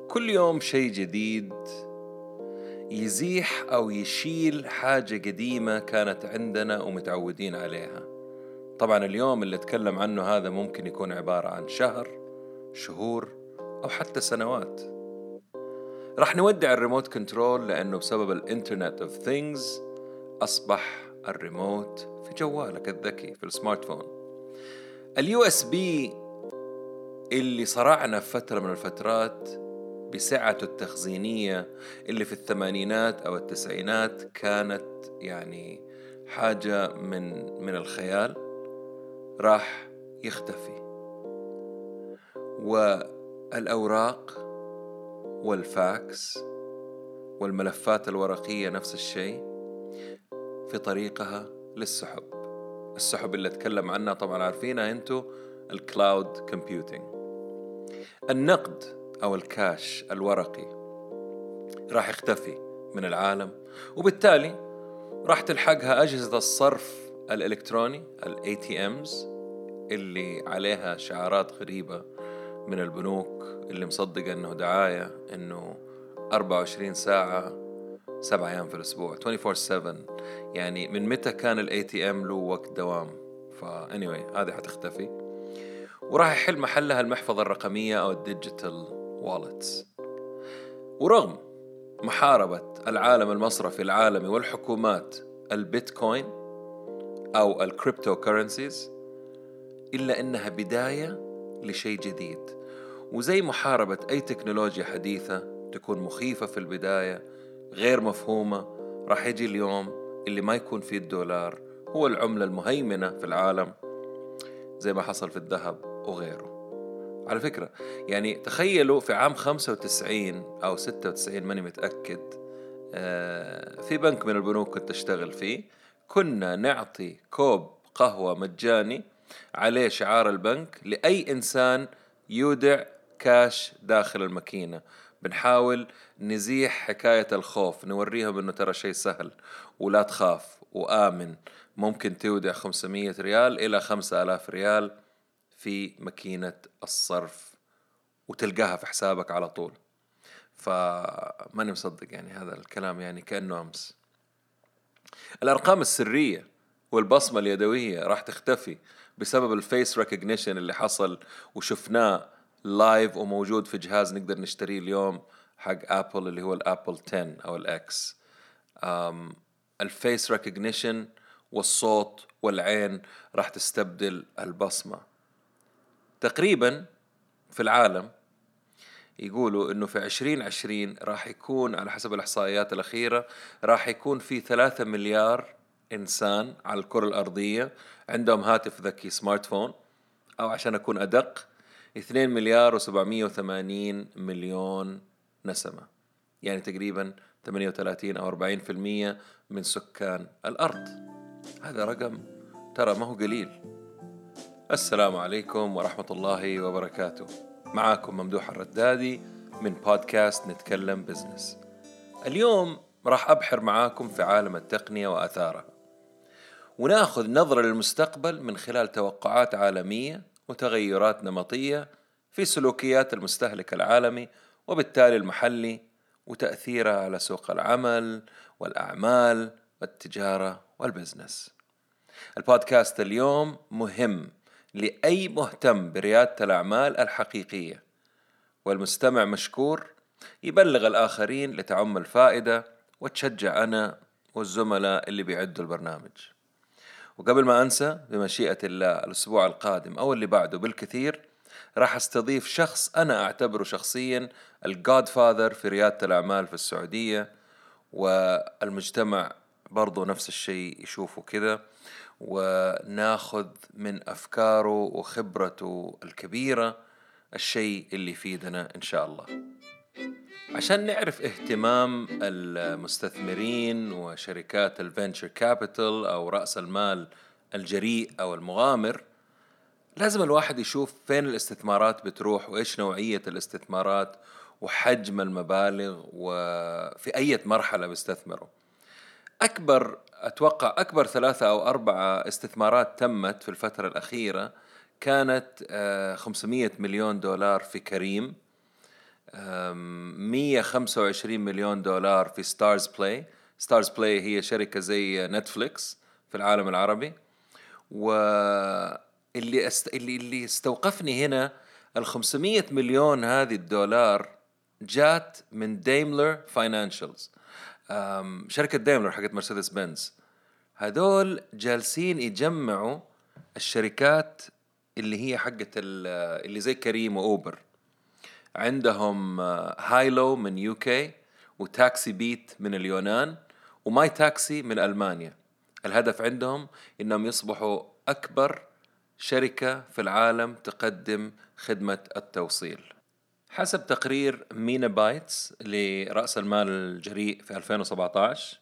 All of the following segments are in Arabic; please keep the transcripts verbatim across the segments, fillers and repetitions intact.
كل يوم شيء جديد يزيح أو يشيل حاجة قديمة كانت عندنا ومتعودين عليها. طبعا اليوم اللي أتكلم عنه هذا ممكن يكون عبارة عن شهر، شهور، أو حتى سنوات. رح نودع الريموت كنترول لأنه بسبب الانترنت اوف ثينجز أصبح الريموت في جوالك الذكي في السمارت فون. اليو اس بي اللي صرعنا في فترة من الفترات بسعته التخزينية اللي في الثمانينات أو التسعينات كانت يعني حاجة من من الخيال، راح يختفي. والأوراق والفاكس والملفات الورقية نفس الشيء في طريقها للسحب. السحب اللي أتكلم عنها طبعا عارفينها أنتو، الكلاود كومبيوتينج. النقد أو الكاش الورقي راح يختفي من العالم، وبالتالي راح تلحقها أجهزة الصرف الإلكتروني ال إيه تي إمز اللي عليها شعارات غريبة من البنوك اللي مصدقة أنه دعاية أنه أربعة وعشرين ساعة سبعة أيام في الأسبوع أربعة وعشرين سبعة. يعني من متى كان ال إيه تي إم له وقت دوام؟ فا anyway هذه حتختفي، وراح يحل محلها المحفظة الرقمية أو الديجيتال والتس. ورغم محاربة العالم المصرفي العالمي والحكومات البيتكوين أو الكريبتو كورنسيز، إلا إنها بداية لشيء جديد. وزي محاربة أي تكنولوجيا حديثة تكون مخيفة في البداية غير مفهومة، راح يجي اليوم اللي ما يكون فيه الدولار هو العملة المهيمنة في العالم، زي ما حصل في الذهب وغيره. على فكرة يعني تخيلوا في عام خمسة وتسعين أو ستة وتسعين ماني متأكد، في بنك من البنوك كنت أشتغل فيه، كنا نعطي كوب قهوة مجاني عليه شعار البنك لأي إنسان يودع كاش داخل الماكينة. بنحاول نزيح حكاية الخوف، نوريهم إنه ترى شيء سهل ولا تخاف وآمن، ممكن تودع خمسمية ريال إلى خمسة آلاف ريال في ماكينة الصرف وتلقاها في حسابك على طول. فماني مصدق يعني هذا الكلام، يعني كأنه أمس. الأرقام السرية والبصمة اليدوية راح تختفي بسبب الفيس ريكوجنيشن اللي حصل وشفناه لايف وموجود في جهاز نقدر نشتريه اليوم حق أبل اللي هو الأبل عشرة أو الأكس. الفيس ريكوجنيشن والصوت والعين راح تستبدل البصمة. تقريبا في العالم يقولوا إنه في عشرين عشرين راح يكون على حسب الإحصائيات الأخيرة راح يكون في ثلاثة مليار إنسان على الكرة الأرضية عندهم هاتف ذكي سمارت فون، أو عشان أكون أدق اثنين مليار وسبعمية وثمانين مليون نسمة، يعني تقريبا ثمانية وثلاثين أو أربعين في المية من سكان الأرض. هذا رقم ترى ما هو قليل. السلام عليكم ورحمة الله وبركاته. معاكم ممدوح الردادي من بودكاست نتكلم بزنس. اليوم راح أبحر معاكم في عالم التقنية وآثارها، ونأخذ نظرة للمستقبل من خلال توقعات عالمية وتغيرات نمطية في سلوكيات المستهلك العالمي وبالتالي المحلي، وتأثيرها على سوق العمل والأعمال والتجارة والبزنس. البودكاست اليوم مهم لأي مهتم بريادة الأعمال الحقيقية، والمستمع مشكور يبلغ الآخرين لتعم الفائدة وتشجع أنا والزملاء اللي بيعدوا البرنامج. وقبل ما أنسى، بمشيئة الله الأسبوع القادم أو اللي بعده بالكثير راح استضيف شخص أنا أعتبره شخصيا الجود فاذر في ريادة الأعمال في السعودية، والمجتمع برضو نفس الشيء يشوفه كذا، وناخذ من أفكاره وخبرته الكبيرة الشيء اللي يفيدنا إن شاء الله. عشان نعرف اهتمام المستثمرين وشركات الفينتشر كابيتال أو رأس المال الجريء أو المغامر، لازم الواحد يشوف فين الاستثمارات بتروح وإيش نوعية الاستثمارات وحجم المبالغ وفي أي مرحلة بيستثمروا. أكبر أتوقع أكبر ثلاثة أو أربعة استثمارات تمت في الفترة الأخيرة كانت خمسمية مليون دولار في كريم، مية وخمسة وعشرين مليون دولار في ستارز بلاي. ستارز بلاي هي شركة زي نتفليكس في العالم العربي. واللي است... اللي اللي استوقفني هنا ال خمسمية مليون هذه الدولار جات من دايملر فاينانشلز، شركة دايملر حقت مرسيدس بنز. هذول جالسين يجمعوا الشركات اللي هي حقت اللي زي كريم وأوبر. عندهم هايلو من يوكي، وتاكسي بيت من اليونان، وماي تاكسي من ألمانيا. الهدف عندهم إنهم يصبحوا أكبر شركة في العالم تقدم خدمة التوصيل. حسب تقرير مينا بايتس لرأس المال الجريء في ألفين وسبعة عشر،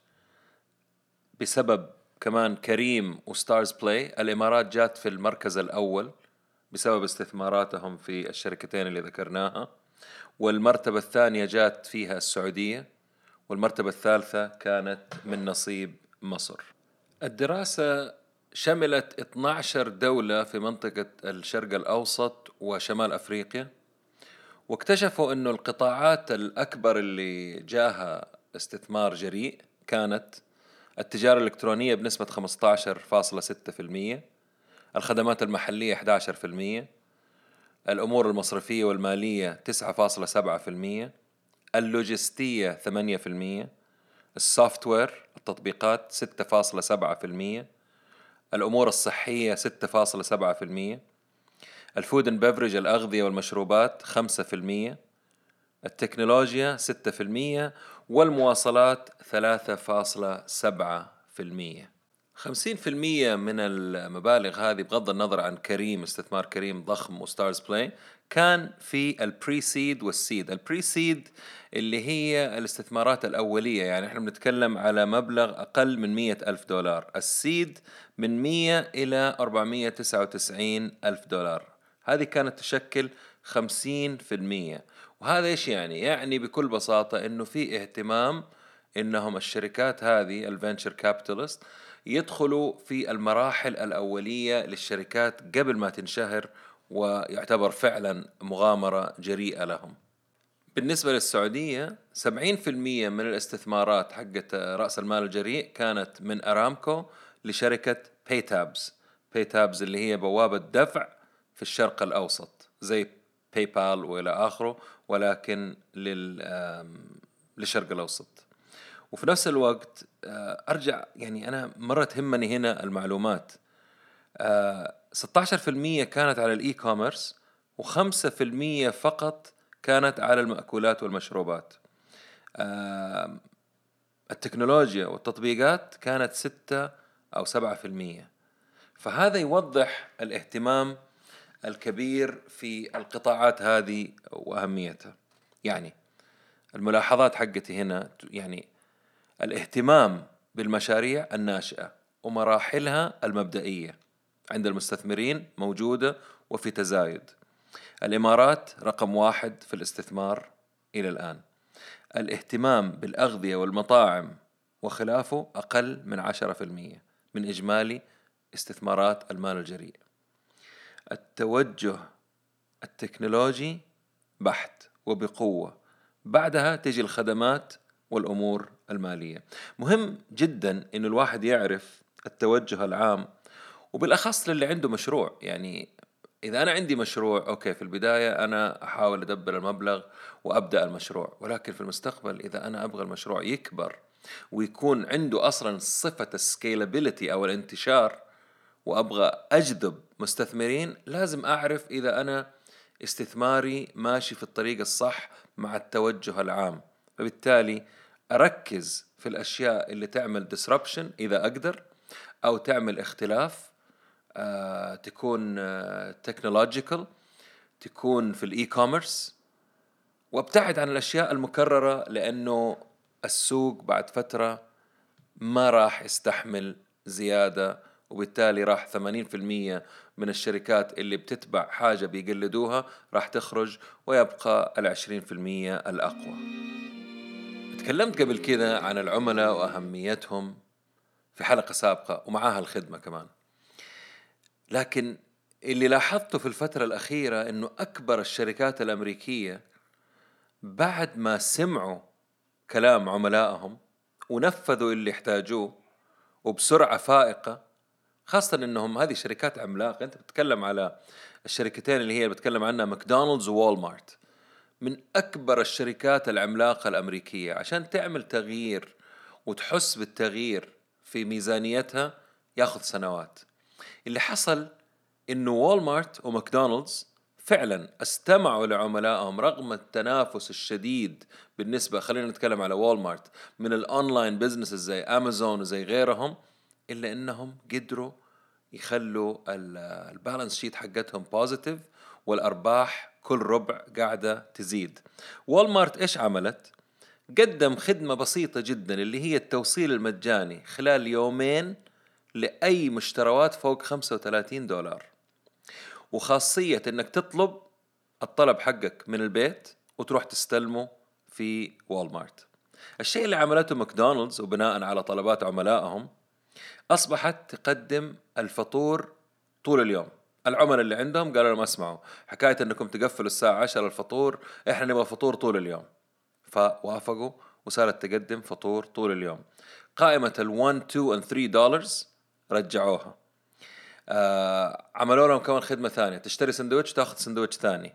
بسبب كمان كريم وستارز بلاي الإمارات جات في المركز الأول بسبب استثماراتهم في الشركتين اللي ذكرناها، والمرتبة الثانية جات فيها السعودية، والمرتبة الثالثة كانت من نصيب مصر. الدراسة شملت اثنا عشر دولة في منطقة الشرق الأوسط وشمال أفريقيا، واكتشفوا أنه القطاعات الأكبر اللي جاها استثمار جريء كانت التجارة الإلكترونية بنسبة خمسة عشر فاصلة ستة بالمئة، الخدمات المحلية أحد عشر بالمئة، الأمور المصرفية والمالية تسعة فاصلة سبعة بالمئة، اللوجستية ثمانية بالمئة، السوفتوير التطبيقات ستة فاصلة سبعة بالمئة، الأمور الصحية ستة فاصلة سبعة بالمئة، الفود اند بيفرج الأغذية والمشروبات خمسة بالمئة، التكنولوجيا ستة بالمئة، والمواصلات ثلاثة فاصلة سبعة بالمئة. خمسين بالمئة من المبالغ هذه بغض النظر عن كريم، استثمار كريم ضخم وستارز بلاي، كان في البري سيد والسيد. البري سيد اللي هي الاستثمارات الأولية، يعني احنا بنتكلم على مبلغ أقل من مية ألف دولار. السيد من مية إلى أربعمية وتسعة وتسعين ألف دولار. هذه كانت تشكل خمسين بالمئة. وهذا إيش يعني؟ يعني بكل بساطة إنه في اهتمام إنهم الشركات هذه الفينشر كابيتالست يدخلوا في المراحل الأولية للشركات قبل ما تنشهر، ويعتبر فعلا مغامرة جريئة لهم. بالنسبة للسعودية سبعين بالمئة من الاستثمارات حقت رأس المال الجريء كانت من أرامكو لشركة بايتابز. بايتابز اللي هي بوابة دفع في الشرق الأوسط زي باي بال وإلى آخره، ولكن للشرق الأوسط. وفي نفس الوقت أرجع، يعني أنا مرة تهمني هنا المعلومات. ستة عشر بالمئة كانت على الإي كوميرس، وخمسة بالمئة فقط كانت على المأكولات والمشروبات. التكنولوجيا والتطبيقات كانت ستة أو سبعة بالمئة. فهذا يوضح الاهتمام الكبير في القطاعات هذه وأهميتها. يعني الملاحظات حقتي هنا، يعني الاهتمام بالمشاريع الناشئة ومراحلها المبدئية عند المستثمرين موجودة وفي تزايد. الإمارات رقم واحد في الاستثمار إلى الآن. الاهتمام بالأغذية والمطاعم وخلافه أقل من عشرة بالمئة من إجمالي استثمارات المال الجريء. التوجه التكنولوجي بحت وبقوة، بعدها تجي الخدمات والأمور المالية. مهم جدا إنه الواحد يعرف التوجه العام، وبالأخص للي عنده مشروع. يعني إذا أنا عندي مشروع، أوكي، في البداية أنا أحاول أدبر المبلغ وأبدأ المشروع، ولكن في المستقبل إذا أنا أبغى المشروع يكبر ويكون عنده أصلا صفة السكيلابيليتي أو الانتشار، وأبغى أجذب مستثمرين، لازم أعرف إذا أنا استثماري ماشي في الطريق الصح مع التوجه العام. فبالتالي أركز في الأشياء اللي تعمل disruption إذا أقدر، أو تعمل اختلاف، آه، تكون آه، technological، تكون في الإي كوميرس، وابتعد عن الأشياء المكررة، لأنه السوق بعد فترة ما راح يستحمل زيادة، وبالتالي راح ثمانين بالمئة من الشركات اللي بتتبع حاجة بيقلدوها راح تخرج، ويبقى العشرين بالمئة الأقوى. تكلمت قبل كده عن العملاء وأهميتهم في حلقة سابقة ومعاها الخدمة كمان، لكن اللي لاحظته في الفترة الأخيرة إنه أكبر الشركات الأمريكية بعد ما سمعوا كلام عملائهم ونفذوا اللي يحتاجوه وبسرعة فائقة، خاصة إنهم هذه شركات عملاقة. أنت بتتكلم على الشركتين اللي هي بتكلم عنها ماكدونالدز ووال مارت، من أكبر الشركات العملاقة الأمريكية. عشان تعمل تغيير وتحس بالتغيير في ميزانيتها ياخذ سنوات. اللي حصل إنه وول مارت وماكدونالدز فعلا استمعوا لعملائهم رغم التنافس الشديد. بالنسبة خلينا نتكلم على وول مارت من الأونلاين بيزنسز زي أمازون وزي غيرهم، إلا إنهم قدروا يخلوا البالانس شيت حقتهم بوزيتيف، والأرباح كل ربع قاعدة تزيد. وول مارت إيش عملت؟ قدم خدمة بسيطة جدا اللي هي التوصيل المجاني خلال يومين لأي مشتروات فوق خمسة وثلاثين دولار، وخاصية إنك تطلب الطلب حقك من البيت وتروح تستلمه في وول مارت. الشيء اللي عملته ماكدونالدز وبناء على طلبات عملائهم أصبحت تقدم الفطور طول اليوم. العملاء اللي عندهم قالوا لهم اسمعوا، حكاية أنكم تقفلوا الساعة عشرة الفطور، إحنا نبغى فطور طول اليوم. فوافقوا وصارت تقدم فطور طول اليوم. قائمة ال one, two and three دولارز رجعوها. آه عملوا لهم كمان خدمة ثانية، تشتري سندويتش تاخذ سندويتش ثاني.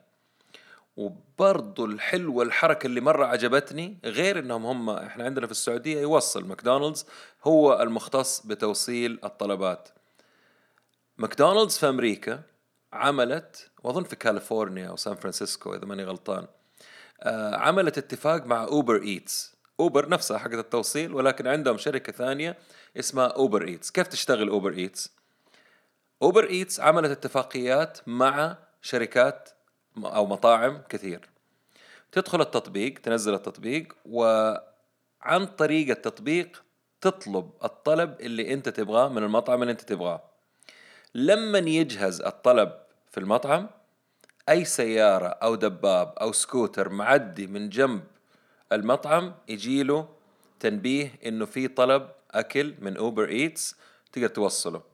وبرضو الحلوة الحركة اللي مرة عجبتني، غير انهم هم احنا عندنا في السعودية يوصل ماكدونالدز هو المختص بتوصيل الطلبات. ماكدونالدز في امريكا عملت، واظن في كاليفورنيا او سان فرانسيسكو اذا ماني غلطان، آه عملت اتفاق مع اوبر ايتس. اوبر نفسها حقت التوصيل، ولكن عندهم شركة ثانية اسمها اوبر ايتس. كيف تشتغل اوبر ايتس؟ اوبر ايتس عملت اتفاقيات مع شركات او مطاعم كثير. تدخل التطبيق، تنزل التطبيق، وعن طريق التطبيق تطلب الطلب اللي انت تبغاه من المطعم اللي انت تبغاه. لما يجهز الطلب في المطعم، اي سيارة او دباب او سكوتر معدي من جنب المطعم يجيله تنبيه انه في طلب اكل من اوبر ايتس، تقدر توصله،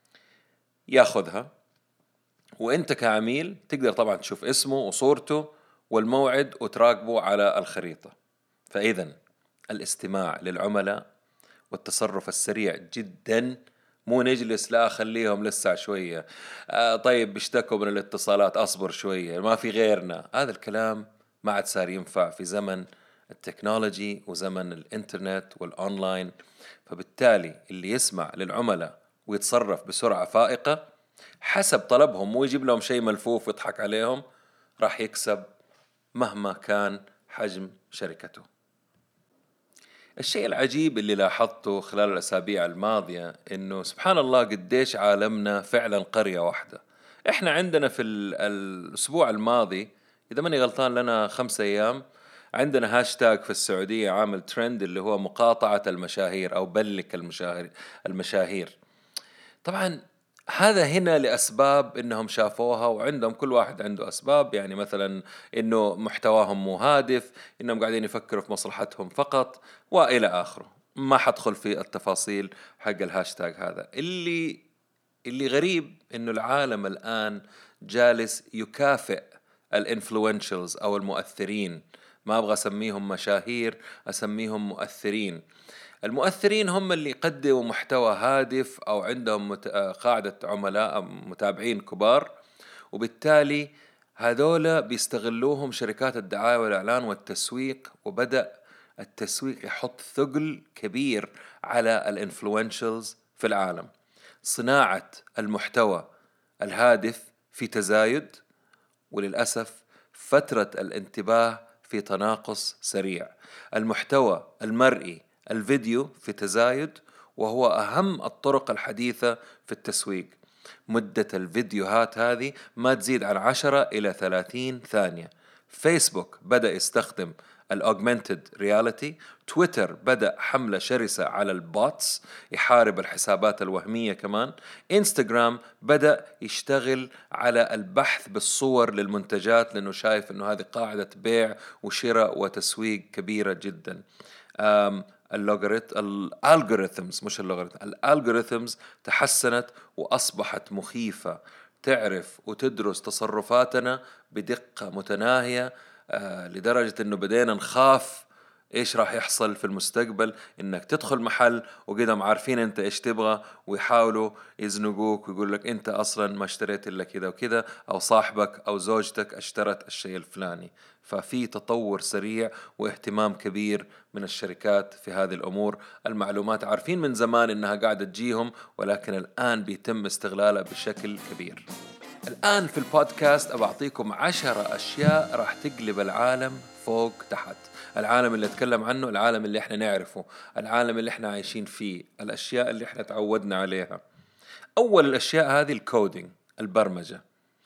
ياخذها. وانت كعميل تقدر طبعا تشوف اسمه وصورته والموعد وتراقبه على الخريطة. فإذن الاستماع للعملاء والتصرف السريع جدا، مو نجلس لا خليهم لسه شوية، آه طيب بيشتكوا من الاتصالات أصبر شوية ما في غيرنا. هذا الكلام ما عاد صار ينفع في زمن التكنولوجي وزمن الإنترنت والأونلاين. فبالتالي اللي يسمع للعملاء ويتصرف بسرعة فائقة حسب طلبهم، مو يجيب لهم شيء ملفوف ويضحك عليهم، راح يكسب مهما كان حجم شركته. الشيء العجيب اللي لاحظته خلال الأسابيع الماضية إنه سبحان الله قديش عالمنا فعلا قرية واحدة. إحنا عندنا في الأسبوع الماضي إذا ماني غلطان لنا خمسة أيام عندنا هاشتاج في السعودية عامل ترند اللي هو مقاطعة المشاهير أو بلك المشاهير المشاهير. طبعا هذا هنا لأسباب إنهم شافوها، وعندهم كل واحد عنده أسباب. يعني مثلا إنه محتواهم مو هادف، إنهم قاعدين يفكروا في مصلحتهم فقط، وإلى آخره. ما حدخل في التفاصيل حق الهاشتاج هذا. اللي اللي غريب إنه العالم الآن جالس يكافئ الانفلونشلز أو المؤثرين. ما أبغى أسميهم مشاهير، أسميهم مؤثرين. المؤثرين هم اللي يقدموا محتوى هادف أو عندهم مت... قاعدة عملاء متابعين كبار، وبالتالي هذولا بيستغلوهم شركات الدعاية والإعلان والتسويق. وبدأ التسويق يحط ثقل كبير على الانفلونشلز في العالم. صناعة المحتوى الهادف في تزايد، وللأسف فترة الانتباه في تناقص سريع. المحتوى المرئي الفيديو في تزايد، وهو أهم الطرق الحديثة في التسويق. مدة الفيديوهات هذه ما تزيد عن عشرة إلى ثلاثين ثانية. فيسبوك بدأ يستخدم الأوجمنتد رياليتي. تويتر بدأ حملة شرسة على البوتس يحارب الحسابات الوهمية. كمان إنستغرام بدأ يشتغل على البحث بالصور للمنتجات، لأنه شايف أنه هذه قاعدة بيع وشراء وتسويق كبيرة جدا. اللوغاريت الالغوريثمز مش اللوغاريتم الالغوريثمز تحسنت وأصبحت مخيفة، تعرف وتدرس تصرفاتنا بدقة متناهية. آه لدرجة إنه بدينا نخاف إيش راح يحصل في المستقبل، إنك تدخل محل وقدام عارفين أنت إيش تبغى ويحاولوا يزنقوك ويقول لك أنت أصلا ما اشتريت إلا كذا وكذا، أو صاحبك أو زوجتك اشترت الشيء الفلاني. ففي تطور سريع واهتمام كبير من الشركات في هذه الأمور. المعلومات عارفين من زمان إنها قاعدة تجيهم، ولكن الآن بيتم استغلالها بشكل كبير. الآن في البودكاست أبعطيكم عشرة أشياء راح تقلب العالم فوق تحت. العالم اللي أتكلم عنه، العالم اللي إحنا نعرفه، العالم اللي إحنا عايشين فيه، الأشياء اللي إحنا تعودنا عليها. أول الأشياء هذه الكودينج، البرمجة.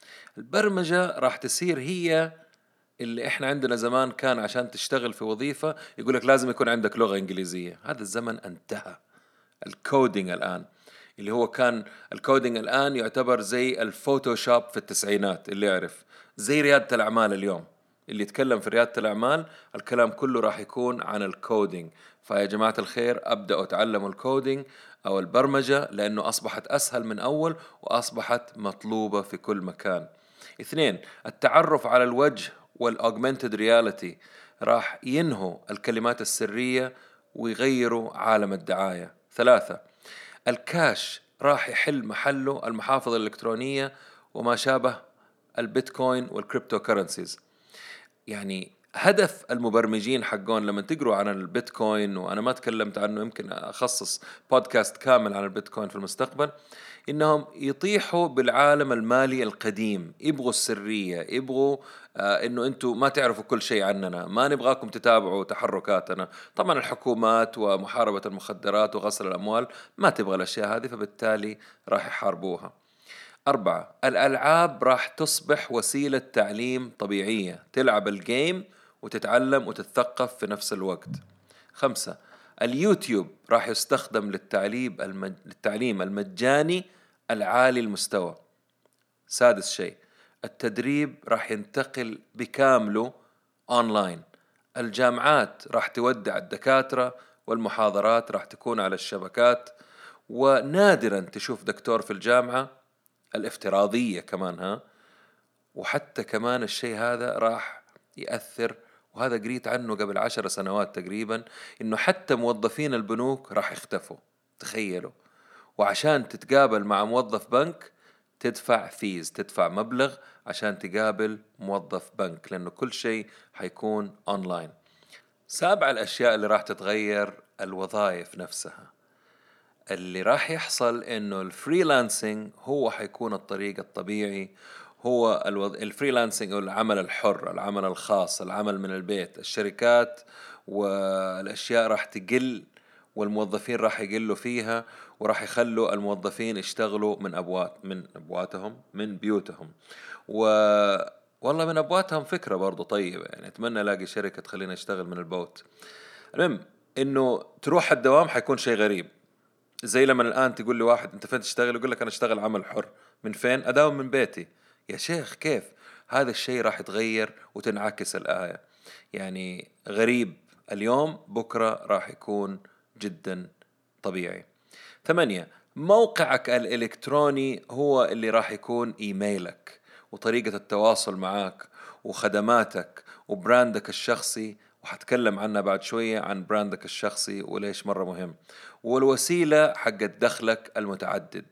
البرمجة راح تصير هي اللي إحنا عندنا زمان كان عشان تشتغل في وظيفة يقولك لازم يكون عندك لغة إنجليزية. هذا الزمن انتهى. الكودينج الآن اللي هو كان الكودينج الآن يعتبر زي الفوتوشوب في التسعينات، اللي يعرف زي ريادة الأعمال اليوم. اللي يتكلم في ريادة الأعمال الكلام كله راح يكون عن الكودينج. فيا جماعة الخير أبدأوا تعلموا الكودينج أو البرمجة، لأنه أصبحت أسهل من أول وأصبحت مطلوبة في كل مكان. اثنين، التعرف على الوجه والأوجمنتد رياليتي راح ينهوا الكلمات السرية ويغيروا عالم الدعاية. ثلاثة، الكاش راح يحل محله المحافظ الإلكترونية وما شابه البيتكوين والكريبتو كورنسيز. يعني هدف المبرمجين حقون لما تقروا عن البيتكوين، وأنا ما تكلمت عنه، يمكن أخصص بودكاست كامل عن البيتكوين في المستقبل، إنهم يطيحوا بالعالم المالي القديم. يبغوا السرية، يبغوا آه إنه أنتوا ما تعرفوا كل شيء عننا، ما نبغاكم تتابعوا تحركاتنا. طبعا الحكومات ومحاربة المخدرات وغسل الأموال ما تبغى الأشياء هذه، فبالتالي راح يحاربوها. أربعة، الألعاب راح تصبح وسيلة تعليم طبيعية، تلعب الجيم وتتعلم وتتثقف في نفس الوقت. خمسة، اليوتيوب راح يستخدم للتعليم المج... للتعليم المجاني العالي المستوى. سادس شيء، التدريب راح ينتقل بكامله أونلاين. الجامعات راح تودع الدكاترة والمحاضرات راح تكون على الشبكات، ونادرا تشوف دكتور في الجامعة الافتراضية كمان. ها وحتى كمان الشيء هذا راح يأثر، وهذا قريت عنه قبل عشر سنوات تقريبا، إنه حتى موظفين البنوك راح يختفوا. تخيلوا، وعشان تتقابل مع موظف بنك تدفع فيز، تدفع مبلغ عشان تقابل موظف بنك، لأنه كل شيء حيكون أونلاين. سابع الأشياء اللي راح تتغير الوظائف نفسها. اللي راح يحصل إنه الفريلانسينج هو حيكون الطريق الطبيعي. هو الوض... الفريلانسينج أو العمل الحر، العمل الخاص، العمل من البيت. الشركات والأشياء راح تقل والموظفين راح يقلوا فيها، وراح يخلوا الموظفين يشتغلوا من أبوات من أبواتهم من بيوتهم. و والله من أبواتهم فكرة برضو طيبة، يعني أتمنى ألاقي شركة تخلينا نشتغل من البوت. المهم إنه تروح الدوام حيكون شيء غريب. زي لما الآن تقول لي واحد أنت فين تشتغل، يقول لك أنا أشتغل عمل حر. من فين؟ أداوم من بيتي. يا شيخ كيف؟ هذا الشيء راح يتغير وتنعكس الآية. يعني غريب اليوم، بكرة راح يكون جدا طبيعي. ثمانية، موقعك الإلكتروني هو اللي راح يكون إيميلك وطريقة التواصل معك وخدماتك وبراندك الشخصي، وحتكلم عنها بعد شوية عن براندك الشخصي وليش مرة مهم. والوسيلة حق دخلك المتعدد،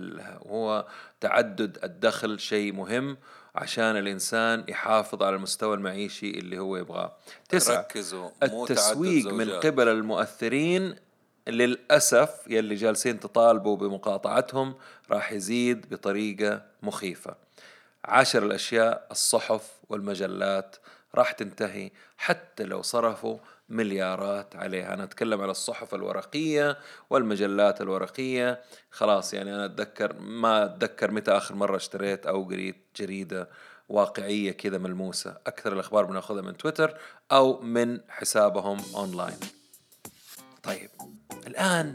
هو تعدد الدخل شيء مهم عشان الإنسان يحافظ على المستوى المعيشي اللي هو يبغاه. تسعة، ركزوا، مو تعدد التسويق من زوجات. قبل المؤثرين للأسف يلي جالسين تطالبوا بمقاطعتهم راح يزيد بطريقة مخيفة. عشر الأشياء، الصحف والمجلات راح تنتهي حتى لو صرفوا مليارات عليها. أنا أتكلم على الصحف الورقية والمجلات الورقية. خلاص يعني أنا أتذكر ما أتذكر متى آخر مرة اشتريت أو قريت جريدة واقعية كذا ملموسة. أكثر الأخبار بناخذها من تويتر أو من حسابهم أونلاين. طيب الآن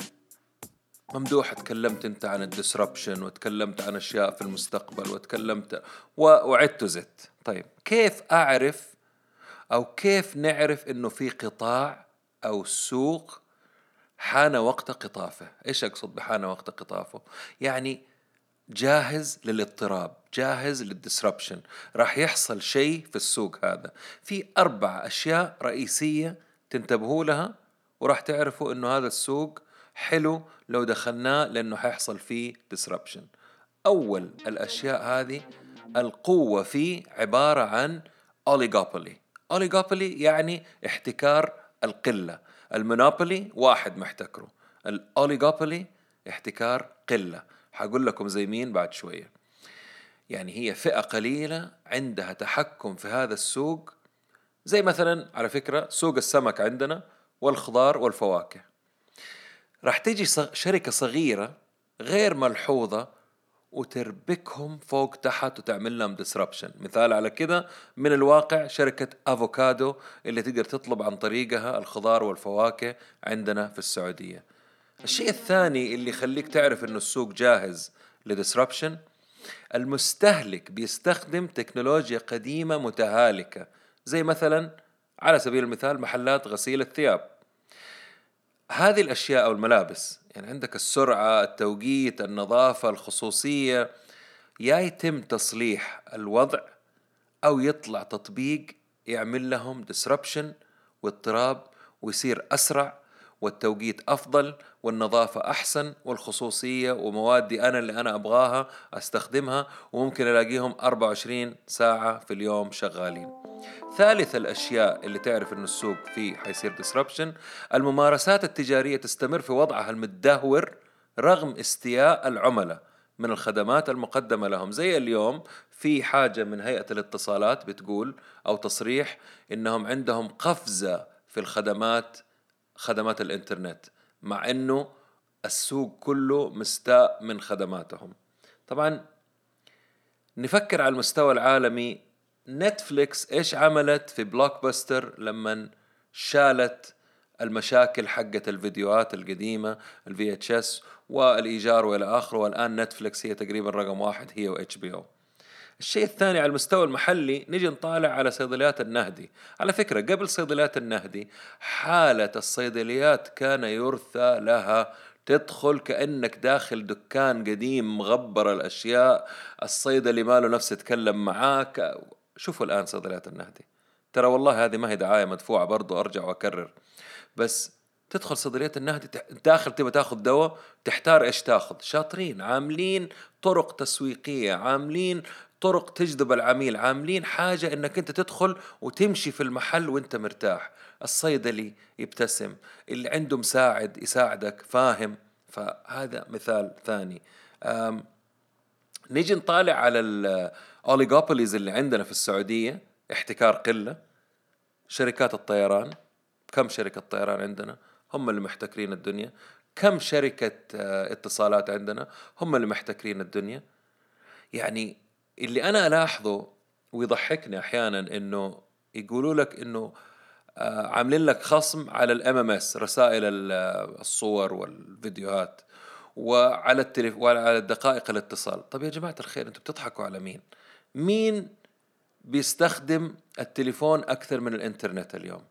ممدوح، تكلمت أنت عن الديسربشن وتكلمت عن أشياء في المستقبل وتكلمت وعدت زدت. طيب كيف أعرف أو كيف نعرف إنه في قطاع أو سوق حان وقت قطافه؟ إيش أقصد بحان وقت قطافه؟ يعني جاهز للاضطراب، جاهز للديسربشن، راح يحصل شيء في السوق هذا. في أربع أشياء رئيسية تنتبهوا لها وراح تعرفوا إنه هذا السوق حلو لو دخلناه، لأنه حيحصل فيه disruption. أول الأشياء هذه، القوة فيه عبارة عن oligopoly. oligopoly يعني احتكار القلة. المونوبولي واحد محتكره، الاوليغوبولي احتكار قلة. حقول لكم زي مين بعد شوية. يعني هي فئة قليلة عندها تحكم في هذا السوق، زي مثلا على فكرة سوق السمك عندنا والخضار والفواكه. راح تيجي شركة صغيرة غير ملحوظة وتربكهم فوق تحت وتعمل لهم disruption. مثال على كده من الواقع شركة أفوكادو اللي تقدر تطلب عن طريقها الخضار والفواكه عندنا في السعودية. الشيء الثاني اللي يخليك تعرف إنه السوق جاهز لدisruption، المستهلك بيستخدم تكنولوجيا قديمة متهالكة، زي مثلا على سبيل المثال محلات غسيل الثياب. هذه الأشياء أو الملابس، يعني عندك السرعة، التوقيت، النظافة، الخصوصية، يا يتم تصليح الوضع أو يطلع تطبيق يعمل لهم disruption واضطراب ويصير أسرع والتوقيت أفضل والنظافة أحسن والخصوصية وموادي أنا اللي أنا أبغاها أستخدمها، وممكن ألاقيهم أربعة وعشرين ساعة في اليوم شغالين. ثالث الأشياء اللي تعرف أن السوق فيه حيصير disruption، الممارسات التجارية تستمر في وضعها المتدهور رغم استياء العملاء من الخدمات المقدمة لهم. زي اليوم في حاجة من هيئة الاتصالات بتقول أو تصريح إنهم عندهم قفزة في الخدمات، خدمات الإنترنت، مع إنه السوق كله مستاء من خدماتهم. طبعا نفكر على المستوى العالمي، نتفليكس إيش عملت في بلوك باستر لما شالت المشاكل حقت الفيديوهات القديمة الفي اتش اس والإيجار وإلى آخره، والآن نتفليكس هي تقريبا رقم واحد هي و اتش بي او. الشيء الثاني على المستوى المحلي، نيجي نطالع على صيدليات النهدي. على فكرة قبل صيدليات النهدي حالة الصيدليات كان يرثى لها، تدخل كأنك داخل دكان قديم مغبر الأشياء، الصيدلي ماله نفسه يتكلم معاك. شوفوا الآن صيدليات النهدي، ترى والله هذه ما هي دعاية مدفوعة برضو، أرجع وأكرر، بس تدخل صيدلية النهدي داخل تبى تاخذ دواء تحتار إيش تاخذ. شاطرين، عاملين طرق تسويقية، عاملين طرق تجذب العميل، عاملين حاجة إنك أنت تدخل وتمشي في المحل وأنت مرتاح. الصيدلي يبتسم، اللي عنده مساعد يساعدك، فاهم. فهذا مثال ثاني. نيجي نطالع على الأوليغوبوليز اللي عندنا في السعودية، احتكار قلة. شركات الطيران، كم شركة طيران عندنا؟ هم اللي محتكرين الدنيا. كم شركة اتصالات عندنا؟ هم اللي محتكرين الدنيا. يعني اللي أنا ألاحظه ويضحكني أحيانا إنه يقولوا لك إنه عاملين لك خصم على الام ام اس، رسائل الصور والفيديوهات، وعلى التليف وعلى دقائق الاتصال. طب يا جماعة الخير، أنتوا بتضحكوا على مين؟ مين بيستخدم التليفون أكثر من الإنترنت اليوم؟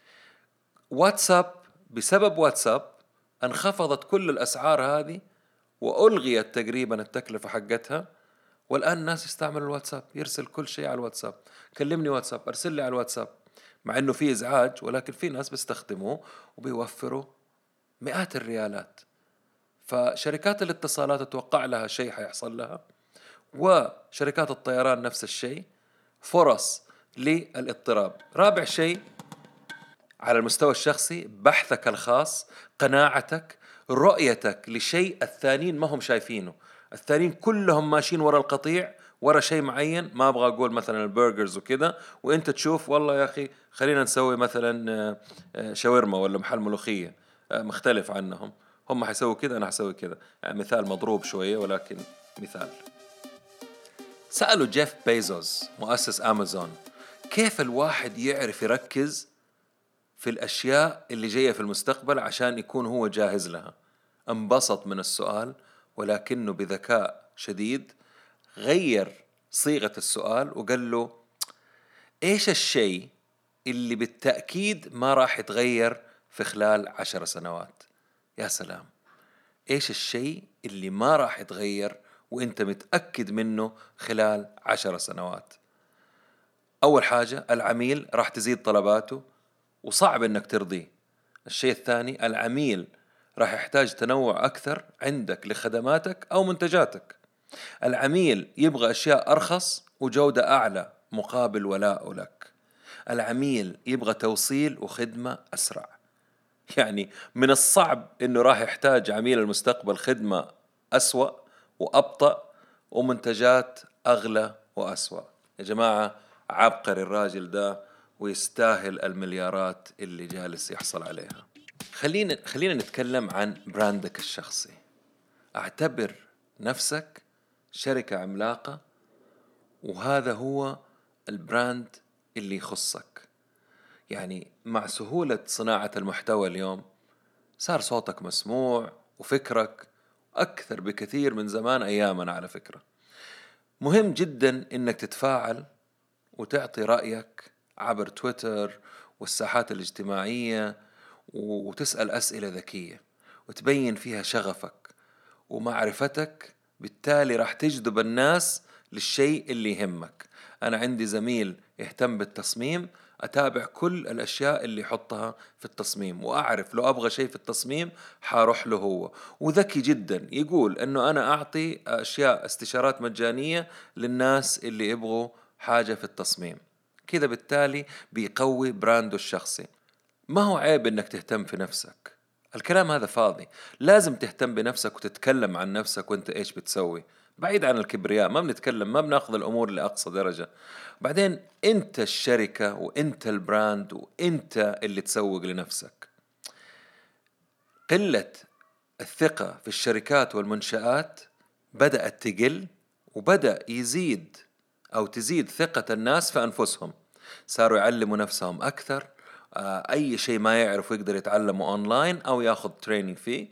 واتساب، بسبب واتساب انخفضت كل الأسعار هذه وألغيت تقريبا التكلفة حقتها، والآن الناس يستعملوا الواتساب، يرسل كل شيء على الواتساب. كلمني واتساب، أرسل لي على الواتساب، مع إنه فيه إزعاج، ولكن في ناس بيستخدموه وبيوفروا مئات الريالات. فشركات الاتصالات أتوقع لها شيء حيحصل لها، وشركات الطيران نفس الشيء، فرص للاضطراب. رابع شيء على المستوى الشخصي، بحثك الخاص، قناعتك، رؤيتك لشيء الثانيين ما هم شايفينه. الثانيين كلهم ماشيين ورا القطيع، ورا شيء معين، ما أبغى أقول مثلا البرجرز وكذا، وإنت تشوف والله يا أخي خلينا نسوي مثلا شاورما ولا محل ملوخية مختلف عنهم، هم حيسووا كذا أنا حسوي كذا. يعني مثال مضروب شوية ولكن مثال. سألوا جيف بيزوس مؤسس أمازون كيف الواحد يعرف يركز في الأشياء اللي جاية في المستقبل عشان يكون هو جاهز لها. انبسط من السؤال، ولكنه بذكاء شديد غير صيغة السؤال وقال له إيش الشيء اللي بالتأكيد ما راح يتغير في خلال عشر سنوات؟ يا سلام، إيش الشيء اللي ما راح يتغير وانت متأكد منه خلال عشر سنوات؟ أول حاجة، العميل راح تزيد طلباته وصعب انك ترضيه. الشيء الثاني، العميل راح يحتاج تنوع أكثر عندك لخدماتك أو منتجاتك. العميل يبغى أشياء أرخص وجودة أعلى مقابل ولاءه لك. العميل يبغى توصيل وخدمة أسرع. يعني من الصعب إنه راح يحتاج عميل المستقبل خدمة أسوأ وأبطأ ومنتجات أغلى وأسوأ. يا جماعة، عبقري الراجل ده ويستاهل المليارات اللي جالس يحصل عليها. خلينا خلينا نتكلم عن براندك الشخصي. اعتبر نفسك شركة عملاقة، وهذا هو البراند اللي يخصك. يعني مع سهولة صناعة المحتوى اليوم صار صوتك مسموع وفكرك أكثر بكثير من زمان أيامنا. على فكرة، مهم جدا إنك تتفاعل وتعطي رأيك عبر تويتر والساحات الاجتماعية، وتسأل أسئلة ذكية وتبين فيها شغفك ومعرفتك. بالتالي راح تجذب الناس للشيء اللي يهمك. أنا عندي زميل يهتم بالتصميم، أتابع كل الأشياء اللي يحطها في التصميم، وأعرف لو أبغى شيء في التصميم حاروح له هو. وذكي جدا يقول أنه أنا أعطي أشياء استشارات مجانية للناس اللي يبغوا حاجة في التصميم. كذا بالتالي بيقوي براندو الشخصي. ما هو عيب إنك تهتم في نفسك، الكلام هذا فاضي. لازم تهتم بنفسك وتتكلم عن نفسك وانت ايش بتسوي، بعيد عن الكبرياء. ما بنتكلم، ما بناخذ الأمور لأقصى درجة. بعدين انت الشركة وانت البراند وانت اللي تسوق لنفسك. قلة الثقة في الشركات والمنشآت بدأت تقل، وبدأ يزيد أو تزيد ثقة الناس في أنفسهم. صاروا يعلموا نفسهم أكثر. أي شيء ما يعرفوا يقدر يتعلموا أونلاين أو ياخذ تريننج فيه.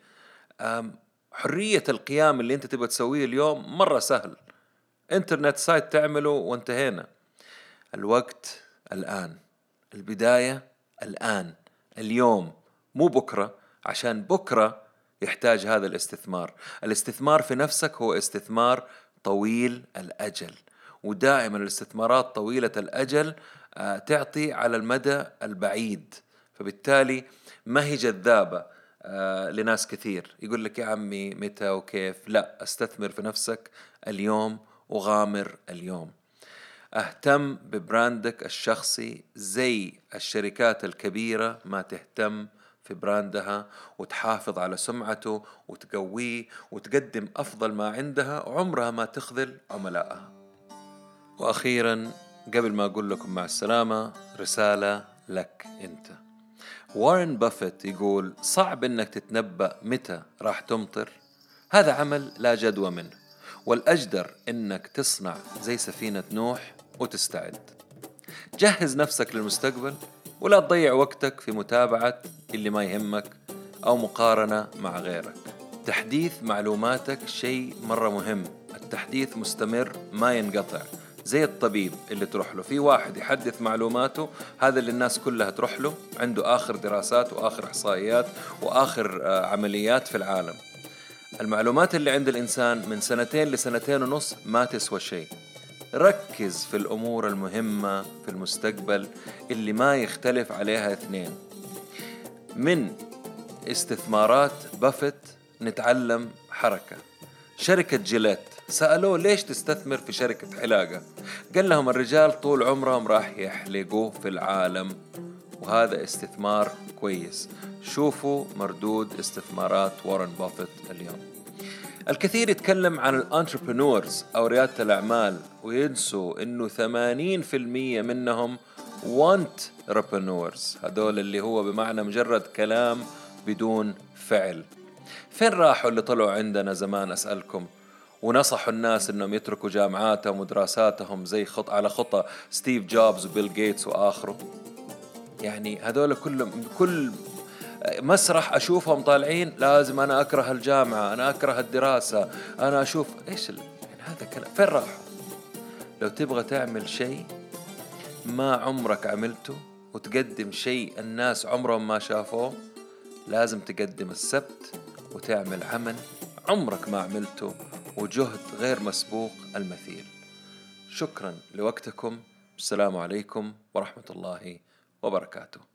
حرية القيام اللي أنت تبغى تسويه اليوم مرة سهل. إنترنت سايت تعمله وانتهينا. الوقت الآن، البداية الآن، اليوم، مو بكرة، عشان بكرة يحتاج هذا الاستثمار. الاستثمار في نفسك هو استثمار طويل الأجل، ودائما الاستثمارات طويلة الأجل تعطي على المدى البعيد. فبالتالي ما هي جذابة لناس كثير. يقول لك يا عمي متى وكيف؟ لا، استثمر في نفسك اليوم وغامر اليوم. اهتم ببراندك الشخصي زي الشركات الكبيرة ما تهتم في براندها وتحافظ على سمعته وتقويه وتقدم أفضل ما عندها، وعمرها ما تخذل عملائها. وأخيرا، قبل ما أقول لكم مع السلامة، رسالة لك أنت. وارن بافيت يقول صعب أنك تتنبأ متى راح تمطر، هذا عمل لا جدوى منه، والأجدر أنك تصنع زي سفينة نوح وتستعد. جهز نفسك للمستقبل، ولا تضيع وقتك في متابعة اللي ما يهمك أو مقارنة مع غيرك. تحديث معلوماتك شيء مرة مهم. التحديث مستمر ما ينقطع، زي الطبيب اللي تروح له. في واحد يحدث معلوماته، هذا اللي الناس كلها تروح له، عنده آخر دراسات وآخر إحصائيات وآخر عمليات في العالم. المعلومات اللي عند الإنسان من سنتين لسنتين ونص ما تسوى شيء. ركز في الأمور المهمة في المستقبل اللي ما يختلف عليها اثنين. من استثمارات بافيت نتعلم حركة. شركة جيليت سألوه ليش تستثمر في شركة حلاقة؟ قال لهم الرجال طول عمرهم راح يحلقوا في العالم، وهذا استثمار كويس. شوفوا مردود استثمارات وارن بافيت اليوم. الكثير يتكلم عن الانتربرنورز أو ريادة الأعمال وينسوا إنه ثمانين في المية منهم وانتربرنورز، هذول اللي هو بمعنى مجرد كلام بدون فعل. فين راحوا اللي طلعوا عندنا زمان أسألكم ونصحوا الناس إنهم يتركوا جامعاتهم ودراساتهم زي خط على خطى ستيف جوبز وبيل جيتس وآخره؟ يعني هذول كلهم كل مسرح أشوفهم طالعين لازم أنا أكره الجامعة، أنا أكره الدراسة، أنا أشوف إيش ال... يعني هذا كلام. فين راحوا؟ لو تبغى تعمل شيء ما عمرك عملته وتقدم شيء الناس عمرهم ما شافوه، لازم تقدم السبت وتعمل عمل عمرك ما عملته وجهد غير مسبوق المثيل. شكرا لوقتكم. السلام عليكم ورحمة الله وبركاته.